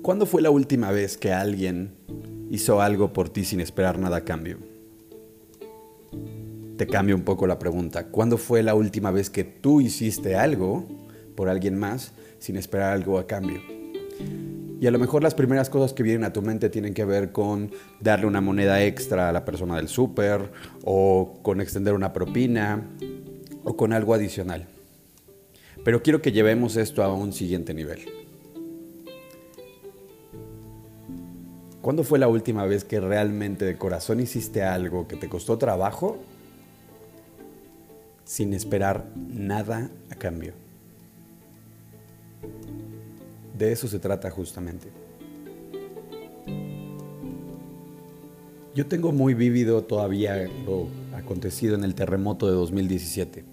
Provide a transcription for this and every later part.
¿Cuándo fue la última vez que alguien hizo algo por ti sin esperar nada a cambio? Te cambio un poco la pregunta. ¿Cuándo fue la última vez que tú hiciste algo por alguien más sin esperar algo a cambio? Y a lo mejor las primeras cosas que vienen a tu mente tienen que ver con darle una moneda extra a la persona del súper, o con extender una propina, o con algo adicional. Pero quiero que llevemos esto a un siguiente nivel. ¿Cuándo fue la última vez que realmente de corazón hiciste algo que te costó trabajo sin esperar nada a cambio? De eso se trata justamente. Yo tengo muy vívido todavía lo acontecido en el terremoto de 2017.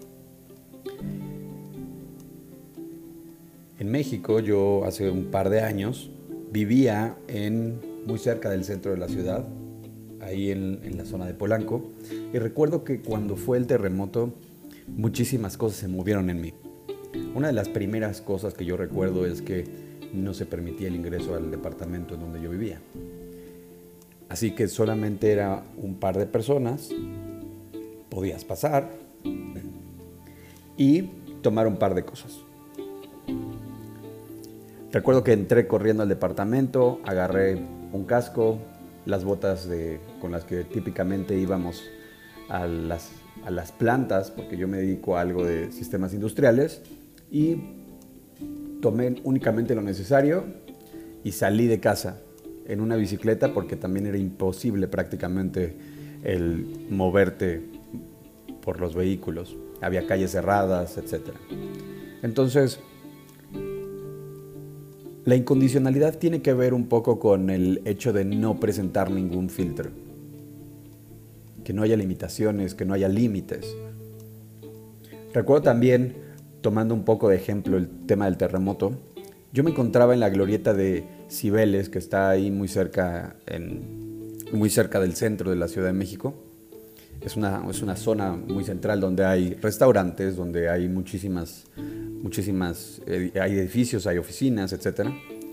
En México, yo hace un par de años vivía muy cerca del centro de la ciudad, ahí en la zona de Polanco, y recuerdo que cuando fue el terremoto, muchísimas cosas se movieron en mí. Una de las primeras cosas que yo recuerdo es que no se permitía el ingreso al departamento en donde yo vivía. Así que solamente era un par de personas, podías pasar y tomar un par de cosas. Recuerdo que entré corriendo al departamento, agarré un casco, las botas con las que típicamente íbamos a las plantas, porque yo me dedico a algo de sistemas industriales, y tomé únicamente lo necesario y salí de casa en una bicicleta, porque también era imposible prácticamente el moverte por los vehículos. Había calles cerradas, etc. Entonces, la incondicionalidad tiene que ver un poco con el hecho de no presentar ningún filtro. Que no haya limitaciones, que no haya límites. Recuerdo también, tomando un poco de ejemplo el tema del terremoto, yo me encontraba en la glorieta de Cibeles, que está ahí muy cerca del centro de la Ciudad de México. Es una zona muy central donde hay restaurantes, donde hay hay edificios, hay oficinas, etc.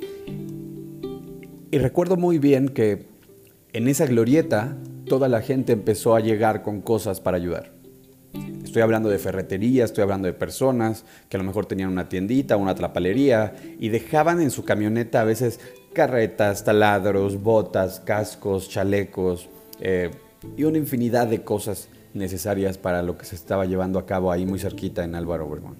Y recuerdo muy bien que en esa glorieta toda la gente empezó a llegar con cosas para ayudar. Estoy hablando de ferretería, estoy hablando de personas que a lo mejor tenían una tiendita, una trapalería, y dejaban en su camioneta a veces carretas, taladros, botas, cascos, chalecos, y una infinidad de cosas necesarias para lo que se estaba llevando a cabo ahí muy cerquita en Álvaro Obregón.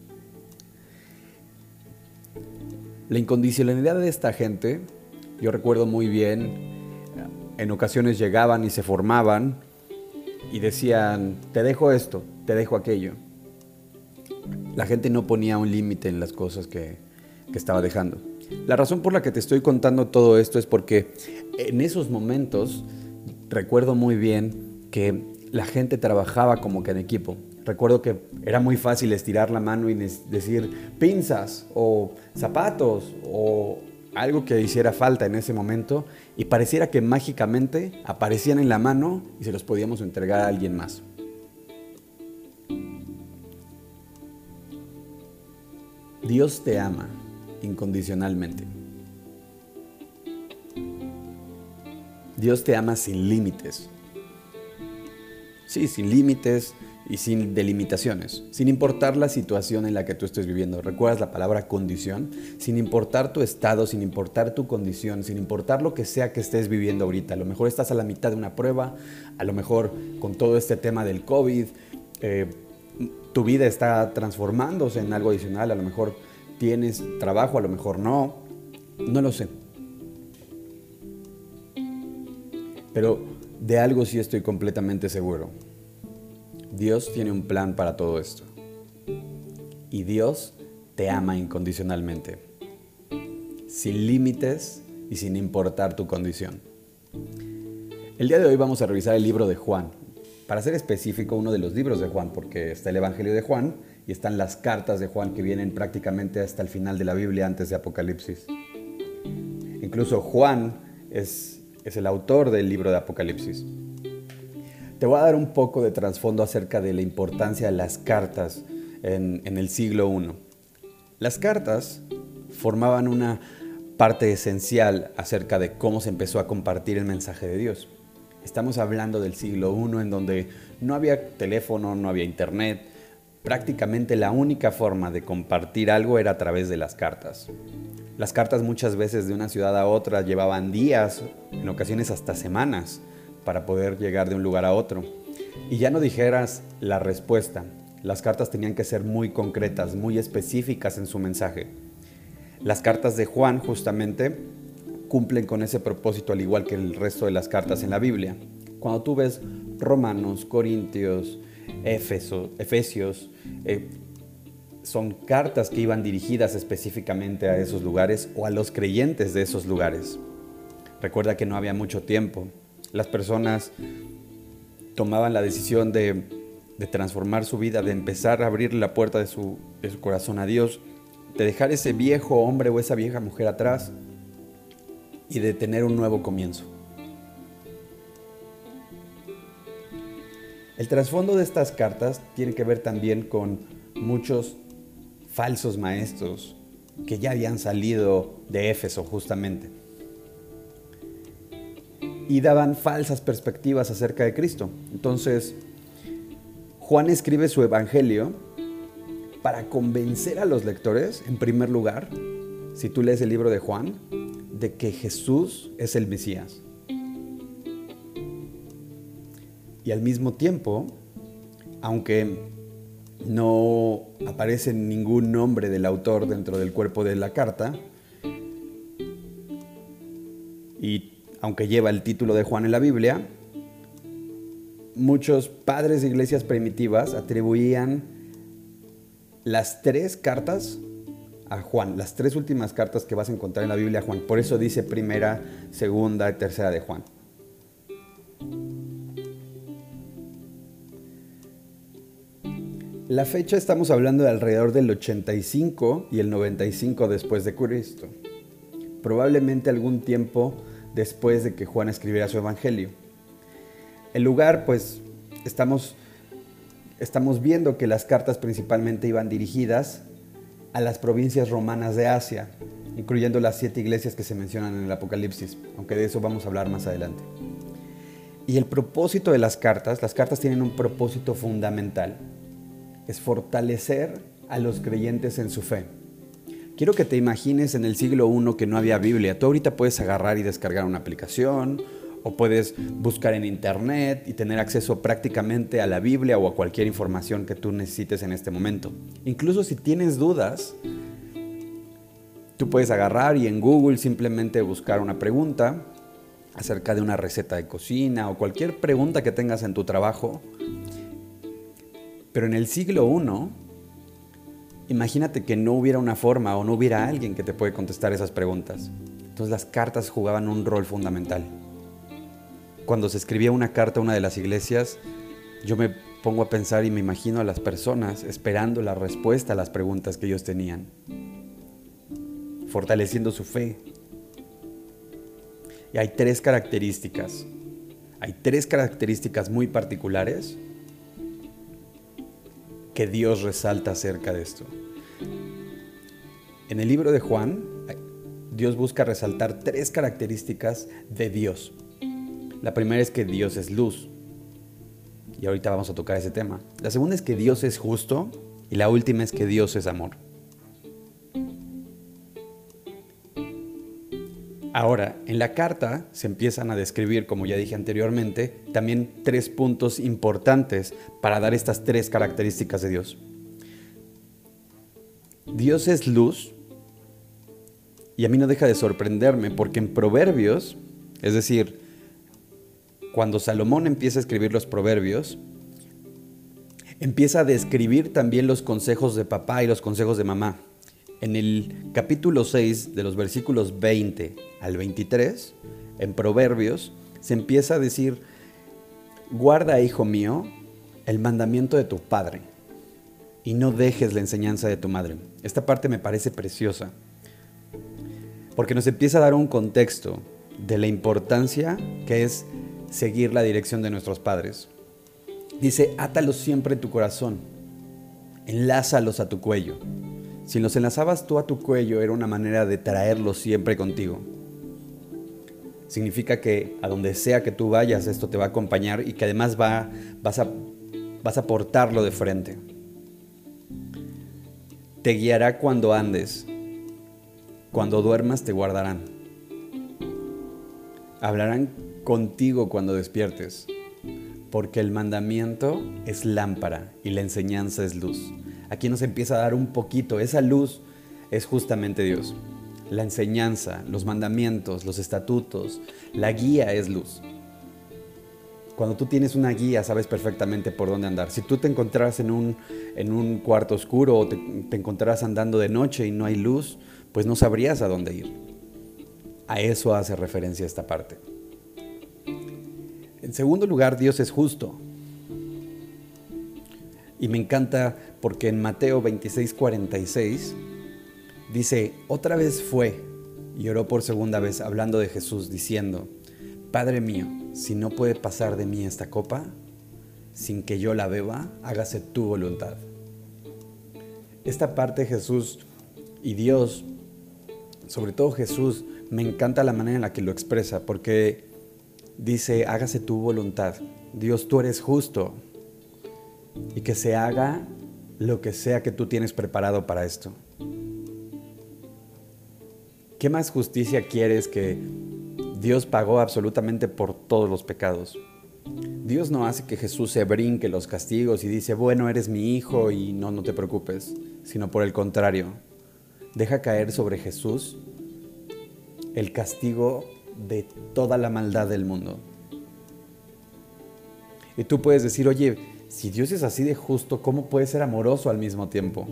La incondicionalidad de esta gente, yo recuerdo muy bien, en ocasiones llegaban y se formaban y decían, te dejo esto, te dejo aquello. La gente no ponía un límite en las cosas que estaba dejando. La razón por la que te estoy contando todo esto es porque en esos momentos recuerdo muy bien que la gente trabajaba como que en equipo. Recuerdo que era muy fácil estirar la mano y decir pinzas o zapatos o algo que hiciera falta en ese momento, y pareciera que mágicamente aparecían en la mano y se los podíamos entregar a alguien más. Dios te ama incondicionalmente. Dios te ama sin límites. Sí, sin límites y sin delimitaciones, sin importar la situación en la que tú estés viviendo. ¿Recuerdas la palabra condición? Sin importar tu estado, sin importar tu condición, sin importar lo que sea que estés viviendo ahorita. A lo mejor estás a la mitad de una prueba, a lo mejor con todo este tema del COVID, tu vida está transformándose en algo adicional, a lo mejor tienes trabajo, a lo mejor no lo sé. Pero de algo sí estoy completamente seguro. Dios tiene un plan para todo esto. Y Dios te ama incondicionalmente, sin límites y sin importar tu condición. El día de hoy vamos a revisar el libro de Juan. Para ser específico, uno de los libros de Juan, porque está el Evangelio de Juan y están las cartas de Juan que vienen prácticamente hasta el final de la Biblia, antes de Apocalipsis. Incluso Juan es el autor del libro de Apocalipsis. Te voy a dar un poco de trasfondo acerca de la importancia de las cartas en el siglo I. Las cartas formaban parte esencial acerca de cómo se empezó a compartir el mensaje de Dios. Estamos hablando del siglo I, en donde no había teléfono, no había internet. Prácticamente la única forma de compartir algo era a través de las cartas. Las cartas muchas veces de una ciudad a otra llevaban días, en ocasiones hasta semanas, para poder llegar de un lugar a otro. Y ya no dijeras la respuesta. Las cartas tenían que ser muy concretas, muy específicas en su mensaje. Las cartas de Juan justamente cumplen con ese propósito, al igual que el resto de las cartas en la Biblia. Cuando tú ves Romanos, Corintios, Efesios, son cartas que iban dirigidas específicamente a esos lugares o a los creyentes de esos lugares. Recuerda que no había mucho tiempo. Las personas tomaban la decisión de transformar su vida, de empezar a abrir la puerta de su corazón a Dios, de dejar ese viejo hombre o esa vieja mujer atrás y de tener un nuevo comienzo. El trasfondo de estas cartas tiene que ver también con muchos falsos maestros que ya habían salido de Éfeso justamente y daban falsas perspectivas acerca de Cristo. Entonces, Juan escribe su evangelio para convencer a los lectores, en primer lugar, si tú lees el libro de Juan, de que Jesús es el Mesías. Y al mismo tiempo, aunque no aparece ningún nombre del autor dentro del cuerpo de la carta, y aunque lleva el título de Juan en la Biblia, muchos padres de iglesias primitivas atribuían las 3 cartas a Juan, las 3 últimas cartas que vas a encontrar en la Biblia a Juan. Por eso dice primera, segunda y tercera de Juan. La fecha estamos hablando de alrededor del 85 y el 95 después de Cristo. Probablemente algún tiempo después de que Juan escribiera su evangelio. El lugar, pues, estamos viendo que las cartas principalmente iban dirigidas a las provincias romanas de Asia, incluyendo las 7 iglesias que se mencionan en el Apocalipsis, aunque de eso vamos a hablar más adelante. Y el propósito de las cartas tienen un propósito fundamental, es fortalecer a los creyentes en su fe. Quiero que te imagines en el siglo I que no había Biblia. Tú ahorita puedes agarrar y descargar una aplicación, o puedes buscar en internet y tener acceso prácticamente a la Biblia o a cualquier información que tú necesites en este momento. Incluso si tienes dudas, tú puedes agarrar y en Google simplemente buscar una pregunta acerca de una receta de cocina o cualquier pregunta que tengas en tu trabajo. Pero en el siglo I, imagínate que no hubiera una forma o no hubiera alguien que te puede contestar esas preguntas. Entonces las cartas jugaban un rol fundamental. Cuando se escribía una carta a una de las iglesias, yo me pongo a pensar y me imagino a las personas esperando la respuesta a las preguntas que ellos tenían, fortaleciendo su fe. Y hay 3 características. Hay 3 características muy particulares que Dios resalta acerca de esto. En el libro de Juan, Dios busca resaltar 3 características de Dios. La primera es que Dios es luz, y ahorita vamos a tocar ese tema. La segunda es que Dios es justo, y la última es que Dios es amor. Ahora, en la carta se empiezan a describir, como ya dije anteriormente, también 3 puntos importantes para dar estas 3 características de Dios. Dios es luz, y a mí no deja de sorprenderme, porque en Proverbios, es decir, cuando Salomón empieza a escribir los Proverbios, empieza a describir también los consejos de papá y los consejos de mamá. En el capítulo 6, de los versículos 20 al 23, en Proverbios, se empieza a decir: guarda, hijo mío, el mandamiento de tu padre, y no dejes la enseñanza de tu madre. Esta parte me parece preciosa, porque nos empieza a dar un contexto de la importancia que es seguir la dirección de nuestros padres. Dice: átalos siempre en tu corazón, enlázalos a tu cuello. Si los enlazabas tú a tu cuello, era una manera de traerlos siempre contigo. Significa que a donde sea que tú vayas, esto te va a acompañar y que además vas a portarlo de frente. Te guiará cuando andes, cuando duermas te guardarán. Hablarán contigo cuando despiertes, porque el mandamiento es lámpara y la enseñanza es luz. Aquí nos empieza a dar un poquito, esa luz es justamente Dios. La enseñanza, los mandamientos, los estatutos, la guía es luz. Cuando tú tienes una guía, sabes perfectamente por dónde andar. Si tú te encontraras en un cuarto oscuro o te encontraras andando de noche y no hay luz, pues no sabrías a dónde ir. A eso hace referencia esta parte. En segundo lugar, Dios es justo. Y me encanta porque en Mateo 26:46 dice, otra vez fue y oró por segunda vez hablando de Jesús, diciendo, Padre mío, si no puede pasar de mí esta copa, sin que yo la beba, hágase tu voluntad. Esta parte Jesús y Dios, sobre todo Jesús, me encanta la manera en la que lo expresa, porque dice, hágase tu voluntad. Dios, tú eres justo, y que se haga lo que sea que tú tienes preparado para esto. ¿Qué más justicia quieres que Dios pagó absolutamente por todos los pecados? Dios no hace que Jesús se brinque los castigos y dice, bueno, eres mi hijo y no te preocupes, sino por el contrario, deja caer sobre Jesús el castigo de toda la maldad del mundo. Y tú puedes decir, oye, si Dios es así de justo, ¿cómo puede ser amoroso al mismo tiempo?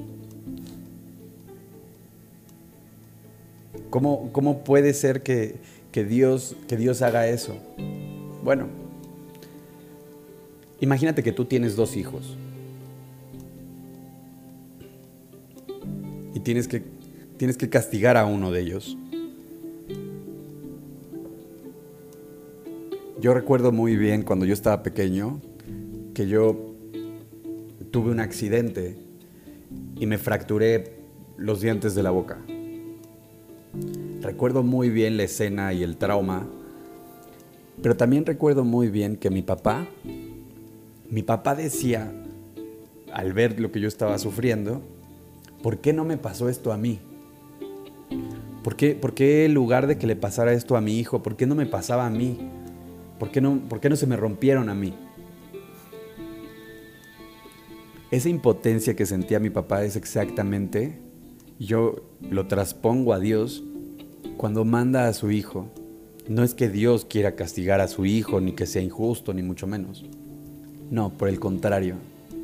¿Cómo puede ser que Dios haga eso? Bueno, imagínate que tú tienes 2 hijos y tienes que castigar a uno de ellos. Yo recuerdo muy bien cuando yo estaba pequeño que yo tuve un accidente y me fracturé los dientes de la boca. Recuerdo muy bien la escena y el trauma, pero también recuerdo muy bien que mi papá decía, al ver lo que yo estaba sufriendo, ¿por qué no me pasó esto a mí? ¿Por qué en lugar de que le pasara esto a mi hijo, por qué no me pasaba a mí? ¿Por qué no se me rompieron a mí? Esa impotencia que sentía mi papá es exactamente, yo lo traspongo a Dios cuando manda a su hijo. No es que Dios quiera castigar a su hijo, ni que sea injusto, ni mucho menos. No, por el contrario.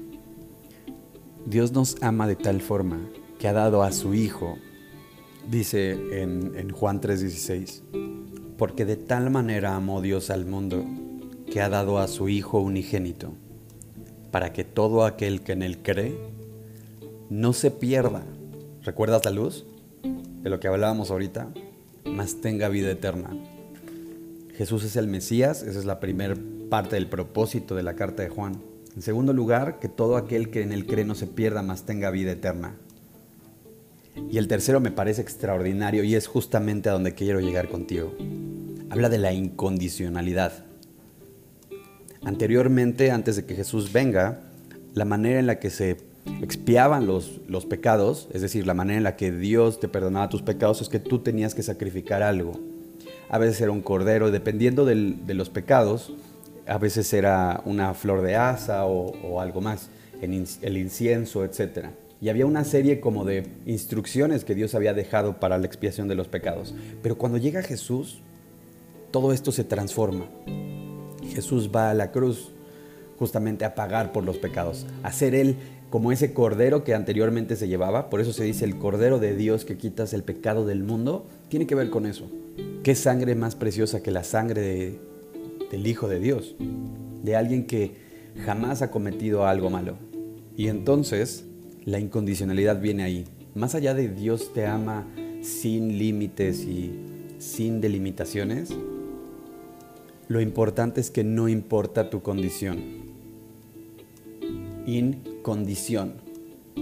Dios nos ama de tal forma que ha dado a su hijo, dice en Juan 3:16, porque de tal manera amó Dios al mundo que ha dado a su hijo unigénito, para que todo aquel que en él cree no se pierda. ¿Recuerdas la luz? De lo que hablábamos ahorita, mas tenga vida eterna. Jesús es el Mesías, esa es la primera parte del propósito de la carta de Juan. En segundo lugar, que todo aquel que en él cree no se pierda, mas tenga vida eterna. Y el tercero me parece extraordinario y es justamente a donde quiero llegar contigo. Habla de la incondicionalidad. Anteriormente, antes de que Jesús venga, la manera en la que se expiaban los pecados, es decir, la manera en la que Dios te perdonaba tus pecados, es que tú tenías que sacrificar algo. A veces era un cordero, dependiendo de los pecados, a veces era una flor de asa o algo más, el incienso, etc. Y había una serie como de instrucciones que Dios había dejado para la expiación de los pecados. Pero cuando llega Jesús, todo esto se transforma. Jesús va a la cruz justamente a pagar por los pecados, a ser Él como ese cordero que anteriormente se llevaba. Por eso se dice el cordero de Dios que quitas el pecado del mundo. Tiene que ver con eso. ¿Qué sangre más preciosa que la sangre del Hijo de Dios? De alguien que jamás ha cometido algo malo. Y entonces la incondicionalidad viene ahí. Más allá de Dios te ama sin límites y sin delimitaciones, lo importante es que no importa tu condición. Incondición.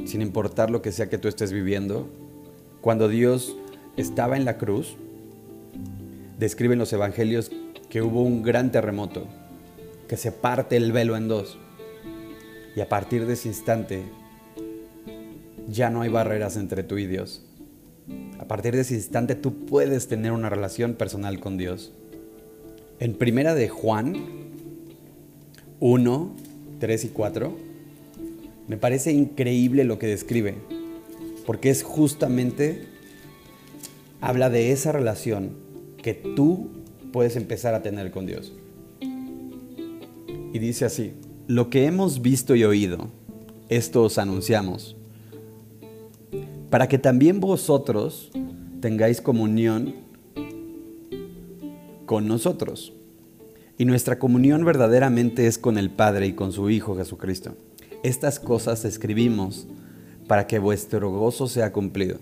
sin importar lo que sea que tú estés viviendo. Cuando Dios estaba en la cruz, describen los evangelios que hubo un gran terremoto, que se parte el velo en dos. Y a partir de ese instante, ya no hay barreras entre tú y Dios. A partir de ese instante, tú puedes tener una relación personal con Dios. En Primera de Juan 1, 3 y 4, me parece increíble lo que describe, porque es justamente, habla de esa relación que tú puedes empezar a tener con Dios. Y dice así: lo que hemos visto y oído, esto os anunciamos, para que también vosotros tengáis comunión con nosotros. Y nuestra comunión verdaderamente es con el Padre y con su Hijo Jesucristo. Estas cosas escribimos para que vuestro gozo sea cumplido.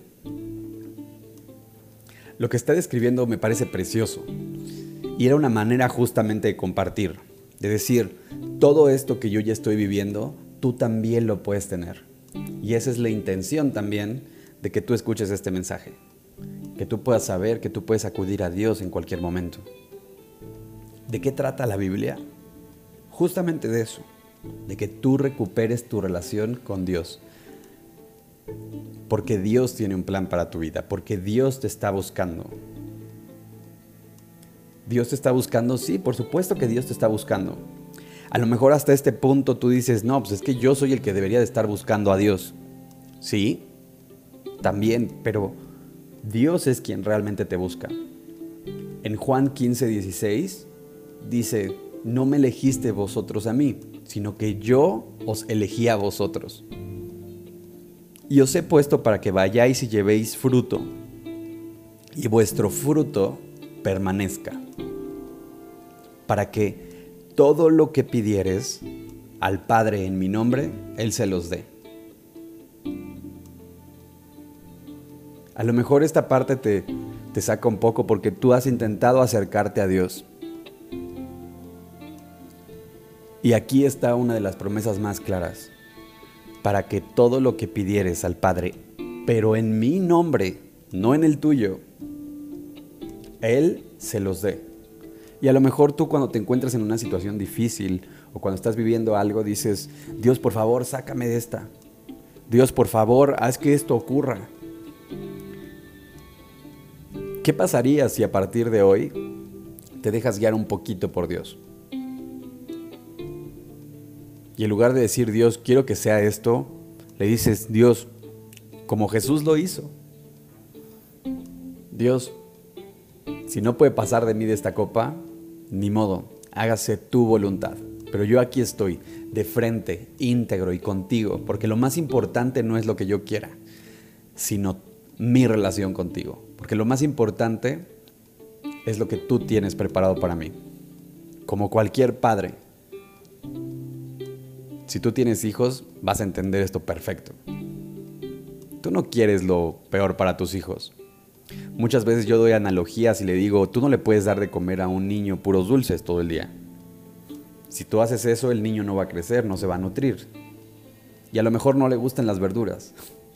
Lo que está describiendo me parece precioso. Y era una manera justamente de compartir, de decir, todo esto que yo ya estoy viviendo, tú también lo puedes tener. Y esa es la intención también de que tú escuches este mensaje. Que tú puedas saber que tú puedes acudir a Dios en cualquier momento. ¿De qué trata la Biblia? Justamente de eso, de que tú recuperes tu relación con Dios. Porque Dios tiene un plan para tu vida, porque Dios te está buscando. ¿Dios te está buscando? Sí, por supuesto que Dios te está buscando. A lo mejor hasta este punto tú dices, no, pues es que yo soy el que debería de estar buscando a Dios. Sí, también, pero Dios es quien realmente te busca. En Juan 15, 16 dice, no me elegiste vosotros a mí, sino que yo os elegí a vosotros. Y os he puesto para que vayáis y llevéis fruto, y vuestro fruto permanezca, para que todo lo que pidieres al Padre en mi nombre, Él se los dé. A lo mejor esta parte te saca un poco porque tú has intentado acercarte a Dios. Y aquí está una de las promesas más claras. Para que todo lo que pidieres al Padre, pero en mi nombre, no en el tuyo, Él se los dé. Y a lo mejor tú cuando te encuentras en una situación difícil o cuando estás viviendo algo dices, Dios, por favor, sácame de esta. Dios, por favor, haz que esto ocurra. ¿Qué pasaría si a partir de hoy te dejas guiar un poquito por Dios? Y en lugar de decir, Dios, quiero que sea esto, le dices, Dios, como Jesús lo hizo. Dios, si no puede pasar de mí de esta copa, ni modo, hágase tu voluntad. Pero yo aquí estoy, de frente, íntegro y contigo, porque lo más importante no es lo que yo quiera, sino mi relación contigo. Porque lo más importante es lo que tú tienes preparado para mí. Como cualquier padre, si tú tienes hijos, vas a entender esto perfecto. Tú no quieres lo peor para tus hijos. Muchas veces yo doy analogías y le digo, tú no le puedes dar de comer a un niño puros dulces todo el día. Si tú haces eso, el niño no va a crecer, no se va a nutrir. Y a lo mejor no le gustan las verduras.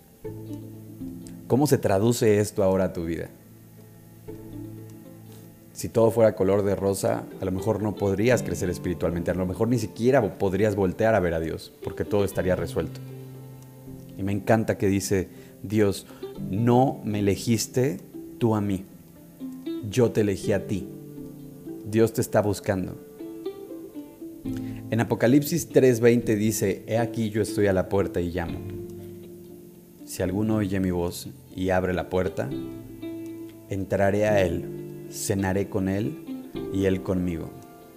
¿Cómo se traduce esto ahora a tu vida? Si todo fuera color de rosa, a lo mejor no podrías crecer espiritualmente. A lo mejor ni siquiera podrías voltear a ver a Dios, porque todo estaría resuelto. Y me encanta que dice Dios, no me elegiste tú a mí, yo te elegí a ti. Dios te está buscando. En Apocalipsis 3:20 dice, he aquí yo estoy a la puerta y llamo. Si alguno oye mi voz y abre la puerta, entraré a él, cenaré con él y él conmigo.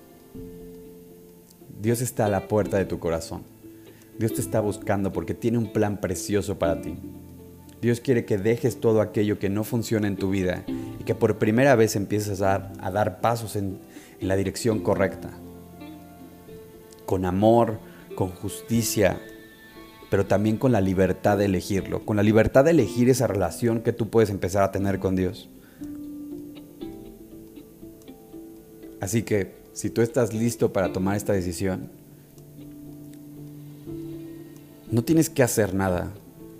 Dios está a la puerta de tu corazón. Dios te está buscando porque tiene un plan precioso para ti. Dios quiere que dejes todo aquello que no funciona en tu vida y que por primera vez empieces a dar pasos en la dirección correcta. Con amor, con justicia, pero también con la libertad de elegirlo. Con la libertad de elegir esa relación que tú puedes empezar a tener con Dios. Así que, si tú estás listo para tomar esta decisión, no tienes que hacer nada.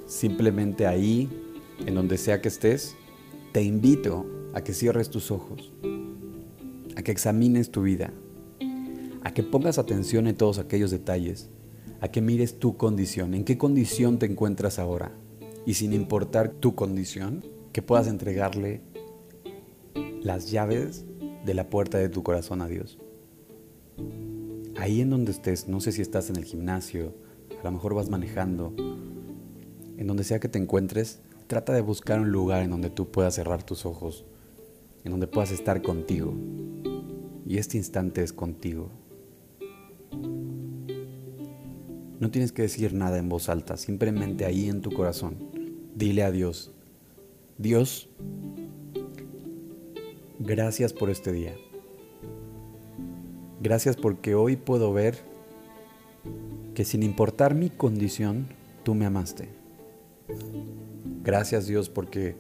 simplemente ahí, en donde sea que estés, te invito a que cierres tus ojos, a que examines tu vida, a que pongas atención en todos aquellos detalles, a que mires tu condición, en qué condición te encuentras ahora, y sin importar tu condición, que puedas entregarle las llaves de la puerta de tu corazón a Dios. Ahí en donde estés, no sé si estás en el gimnasio, a lo mejor vas manejando, en donde sea que te encuentres, trata de buscar un lugar en donde tú puedas cerrar tus ojos, en donde puedas estar contigo. Y este instante es contigo. No tienes que decir nada en voz alta, simplemente ahí en tu corazón. Dile a Dios, Dios, gracias por este día. Gracias porque hoy puedo ver que sin importar mi condición, tú me amaste. Gracias Dios porque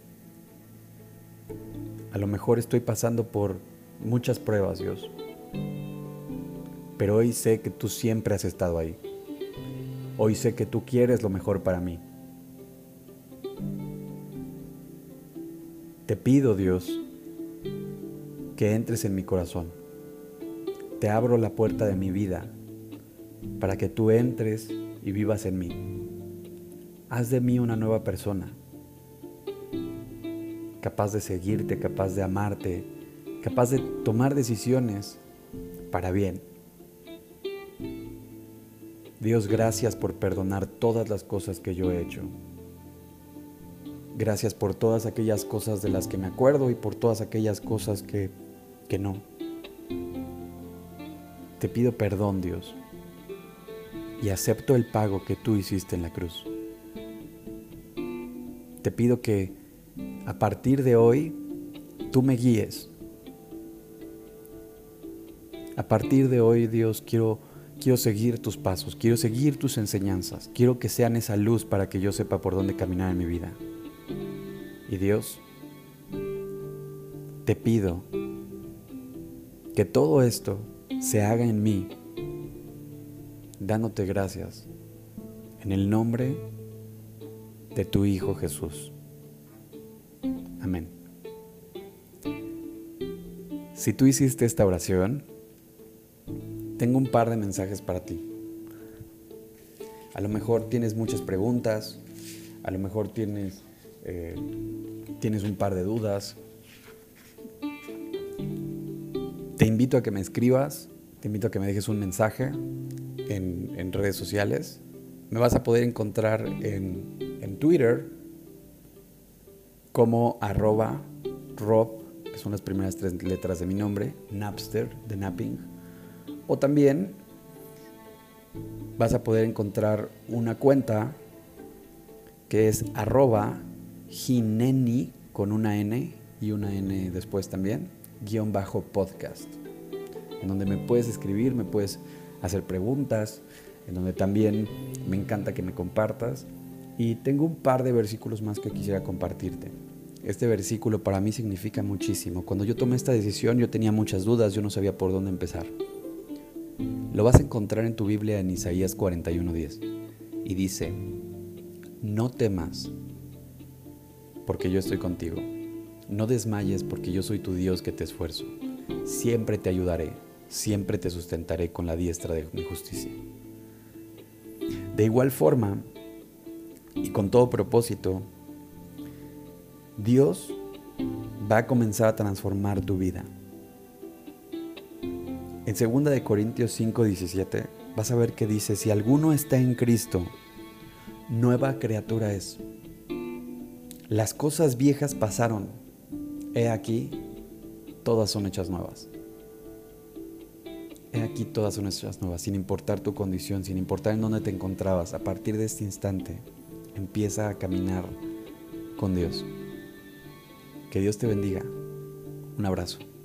a lo mejor estoy pasando por muchas pruebas, Dios. Pero hoy sé que tú siempre has estado ahí. Hoy sé que tú quieres lo mejor para mí. Te pido, Dios, que entres en mi corazón. Te abro la puerta de mi vida para que tú entres y vivas en mí. Haz de mí una nueva persona, capaz de seguirte, capaz de amarte, capaz de tomar decisiones para bien. Dios, gracias por perdonar todas las cosas que yo he hecho. Gracias por todas aquellas cosas de las que me acuerdo y por todas aquellas cosas que no. Te pido perdón, Dios, y acepto el pago que tú hiciste en la cruz. Te pido que a partir de hoy tú me guíes. A partir de hoy, Dios, quiero seguir tus pasos, quiero seguir tus enseñanzas, quiero que sean esa luz para que yo sepa por dónde caminar en mi vida. Y Dios, te pido que todo esto se haga en mí, dándote gracias, en el nombre de tu Hijo Jesús. Amén. Si tú hiciste esta oración, tengo un par de mensajes para ti. A lo mejor tienes muchas preguntas, a lo mejor tienes un par de dudas. Te invito a que me escribas, te invito a que me dejes un mensaje en redes sociales. Me vas a poder encontrar en Twitter como @Rob, que son las primeras 3 letras de mi nombre, Napster, de Napping. O también vas a poder encontrar una cuenta que es @Hineni, con una N y una N después también, _podcast, en donde me puedes escribir, me puedes hacer preguntas, en donde también me encanta que me compartas. Y tengo un par de versículos más que quisiera compartirte. Este versículo para mí significa muchísimo. Cuando yo tomé esta decisión, yo tenía muchas dudas, yo no sabía por dónde empezar. Lo vas a encontrar en tu Biblia en Isaías 41:10. Y dice: no temas, porque yo estoy contigo. No desmayes, porque yo soy tu Dios que te esfuerzo. Siempre te ayudaré, siempre te sustentaré con la diestra de mi justicia. De igual forma, y con todo propósito, Dios va a comenzar a transformar tu vida. En 2 Corintios 5:17 vas a ver que dice: si alguno está en Cristo, nueva criatura es. Las cosas viejas pasaron, he aquí, todas son hechas nuevas. He aquí, todas son hechas nuevas, sin importar tu condición, sin importar en dónde te encontrabas. A partir de este instante, empieza a caminar con Dios. Que Dios te bendiga. Un abrazo.